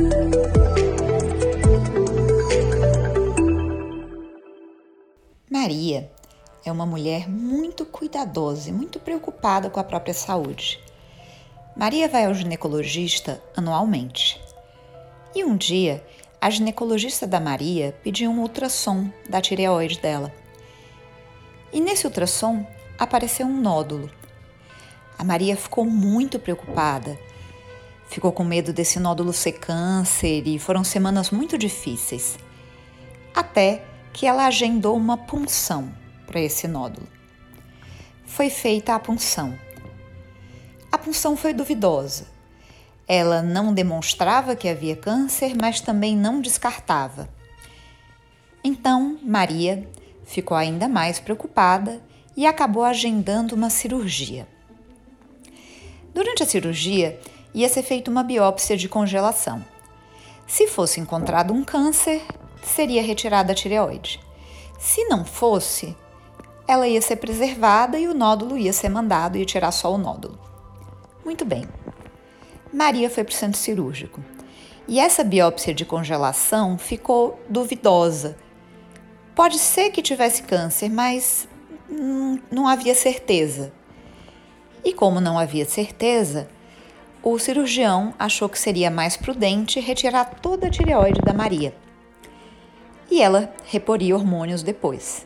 Maria é uma mulher muito cuidadosa e muito preocupada com a própria saúde. Maria vai ao ginecologista anualmente. E um dia, a ginecologista da Maria pediu um ultrassom da tireoide dela. E nesse ultrassom apareceu um nódulo. A Maria ficou muito preocupada. Ficou com medo desse nódulo ser câncer e foram semanas muito difíceis. Até que ela agendou uma punção para esse nódulo. Foi feita a punção. A punção foi duvidosa. Ela não demonstrava que havia câncer, mas também não descartava. Então, Maria ficou ainda mais preocupada e acabou agendando uma cirurgia. Durante a cirurgia, ia ser feita uma biópsia de congelação. Se fosse encontrado um câncer, seria retirada a tireoide. Se não fosse, ela ia ser preservada e o nódulo ia ser mandado e tirar só o nódulo. Muito bem. Maria foi para o centro cirúrgico. E essa biópsia de congelação ficou duvidosa. Pode ser que tivesse câncer, mas não havia certeza. E como não havia certeza, o cirurgião achou que seria mais prudente retirar toda a tireoide da Maria. E ela reporia hormônios depois.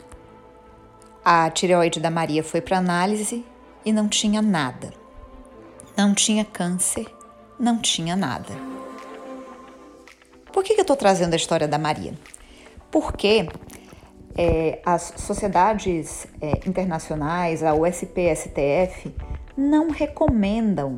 A tireoide da Maria foi para análise e não tinha nada. Não tinha câncer, não tinha nada. Por que eu estou trazendo a história da Maria? Porque as sociedades internacionais, a USP, STF, não recomendam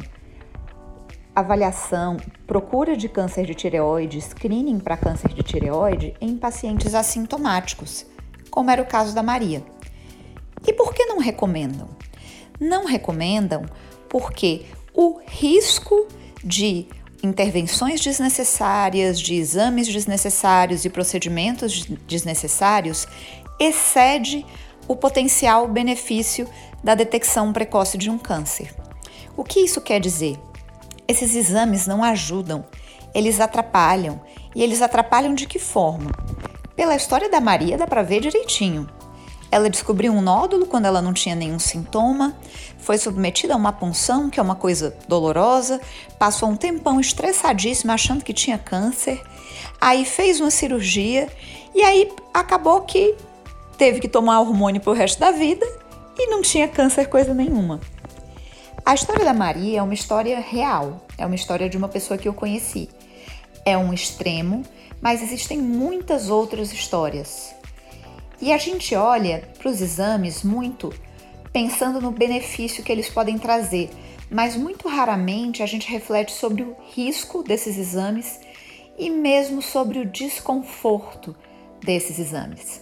avaliação, procura de câncer de tireoide, screening para câncer de tireoide em pacientes assintomáticos, como era o caso da Maria. E por que não recomendam? Não recomendam porque o risco de intervenções desnecessárias, de exames desnecessários e procedimentos desnecessários excede o potencial benefício da detecção precoce de um câncer. O que isso quer dizer? Esses exames não ajudam, eles atrapalham. E eles atrapalham de que forma? Pela história da Maria dá para ver direitinho. Ela descobriu um nódulo quando ela não tinha nenhum sintoma, foi submetida a uma punção, que é uma coisa dolorosa, passou um tempão estressadíssima achando que tinha câncer, aí fez uma cirurgia e aí acabou que teve que tomar hormônio pro resto da vida e não tinha câncer coisa nenhuma. A história da Maria é uma história real, é uma história de uma pessoa que eu conheci. É um extremo, mas existem muitas outras histórias. E a gente olha para os exames muito pensando no benefício que eles podem trazer, mas muito raramente a gente reflete sobre o risco desses exames e mesmo sobre o desconforto desses exames.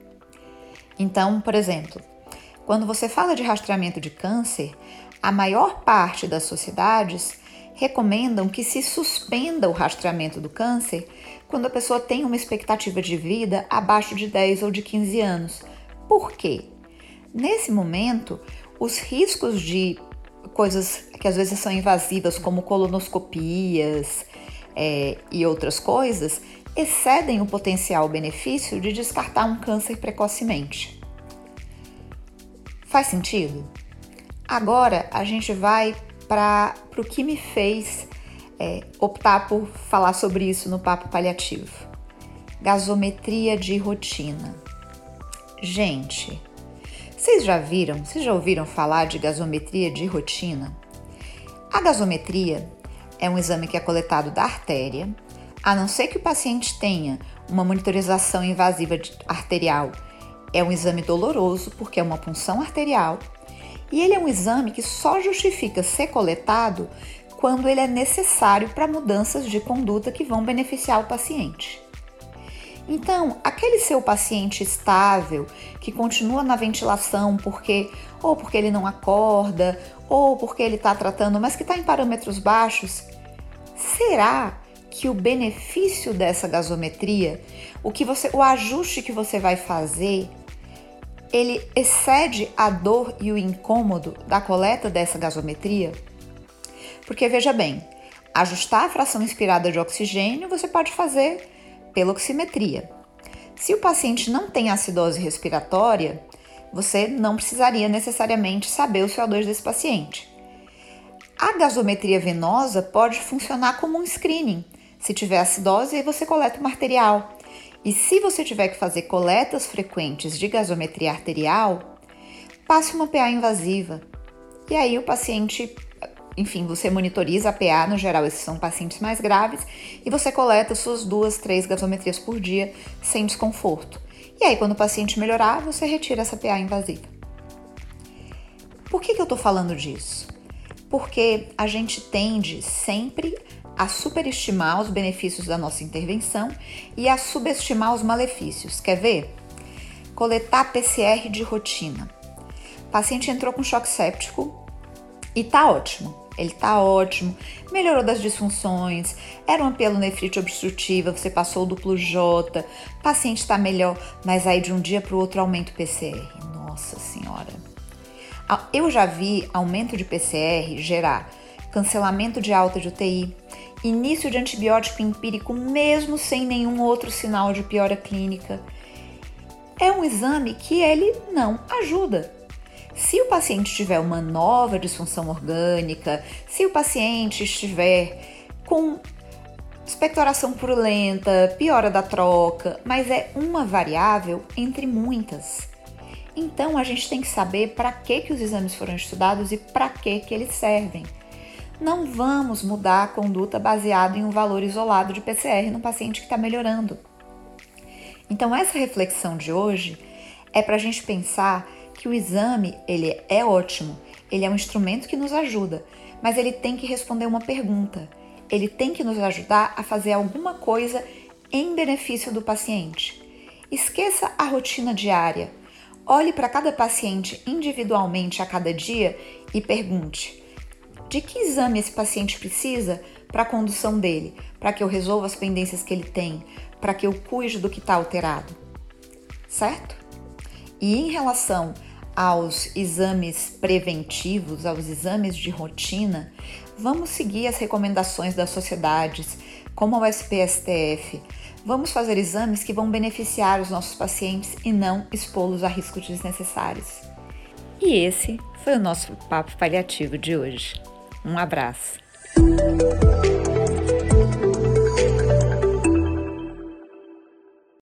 Então, por exemplo, quando você fala de rastreamento de câncer, a maior parte das sociedades recomendam que se suspenda o rastreamento do câncer quando a pessoa tem uma expectativa de vida abaixo de 10 ou de 15 anos. Por quê? Nesse momento, os riscos de coisas que às vezes são invasivas, como colonoscopias e outras coisas, excedem o potencial benefício de descartar um câncer precocemente. Faz sentido? Agora a gente vai para o que me fez optar por falar sobre isso no Papo Paliativo. Gasometria de rotina. Gente, vocês já ouviram falar de gasometria de rotina? A gasometria é um exame que é coletado da artéria, a não ser que o paciente tenha uma monitorização invasiva arterial. É um exame doloroso porque é uma punção arterial e ele é um exame que só justifica ser coletado quando ele é necessário para mudanças de conduta que vão beneficiar o paciente. Então, aquele seu paciente estável, que continua na ventilação porque ele não acorda, ou porque ele está tratando, mas que está em parâmetros baixos, será que o benefício dessa gasometria, o ajuste que você vai fazer, ele excede a dor e o incômodo da coleta dessa gasometria? Porque veja bem, Ajustar a fração inspirada de oxigênio você pode fazer pela oximetria. Se o paciente não tem acidose respiratória, você não precisaria necessariamente saber o CO2 desse paciente. A gasometria venosa pode funcionar como um screening. Se tiver acidose, aí você coleta uma arterial. E se você tiver que fazer coletas frequentes de gasometria arterial, passe uma PA invasiva. E aí o paciente, enfim, você monitoriza a PA, no geral esses são pacientes mais graves, e você coleta suas 2, 3 gasometrias por dia sem desconforto. E aí quando o paciente melhorar, você retira essa PA invasiva. Por que eu tô falando disso? Porque a gente tende sempre a superestimar os benefícios da nossa intervenção e a subestimar os malefícios. Quer ver? Coletar PCR de rotina. O paciente entrou com choque séptico e tá ótimo. Ele tá ótimo, melhorou das disfunções, era uma pielonefrite obstrutiva, você passou o duplo J, o paciente tá melhor, mas aí de um dia para o outro aumenta o PCR. Nossa Senhora! Eu já vi aumento de PCR gerar cancelamento de alta de UTI, início de antibiótico empírico mesmo sem nenhum outro sinal de piora clínica. É um exame que ele não ajuda. Se o paciente tiver uma nova disfunção orgânica, se o paciente estiver com expectoração purulenta, piora da troca, mas é uma variável entre muitas. Então, a gente tem que saber para que os exames foram estudados e para que eles servem. Não vamos mudar a conduta baseada em um valor isolado de PCR no paciente que está melhorando. Então, essa reflexão de hoje é para a gente pensar que o exame ele é ótimo, ele é um instrumento que nos ajuda, mas ele tem que responder uma pergunta. Ele tem que nos ajudar a fazer alguma coisa em benefício do paciente. Esqueça a rotina diária. Olhe para cada paciente individualmente a cada dia e pergunte: de que exame esse paciente precisa para a condução dele, para que eu resolva as pendências que ele tem, para que eu cuide do que está alterado, certo? E em relação aos exames preventivos, aos exames de rotina, vamos seguir as recomendações das sociedades, como a USP-STF. Vamos fazer exames que vão beneficiar os nossos pacientes e não expô-los a riscos desnecessários. E esse foi o nosso Papo Paliativo de hoje. Um abraço.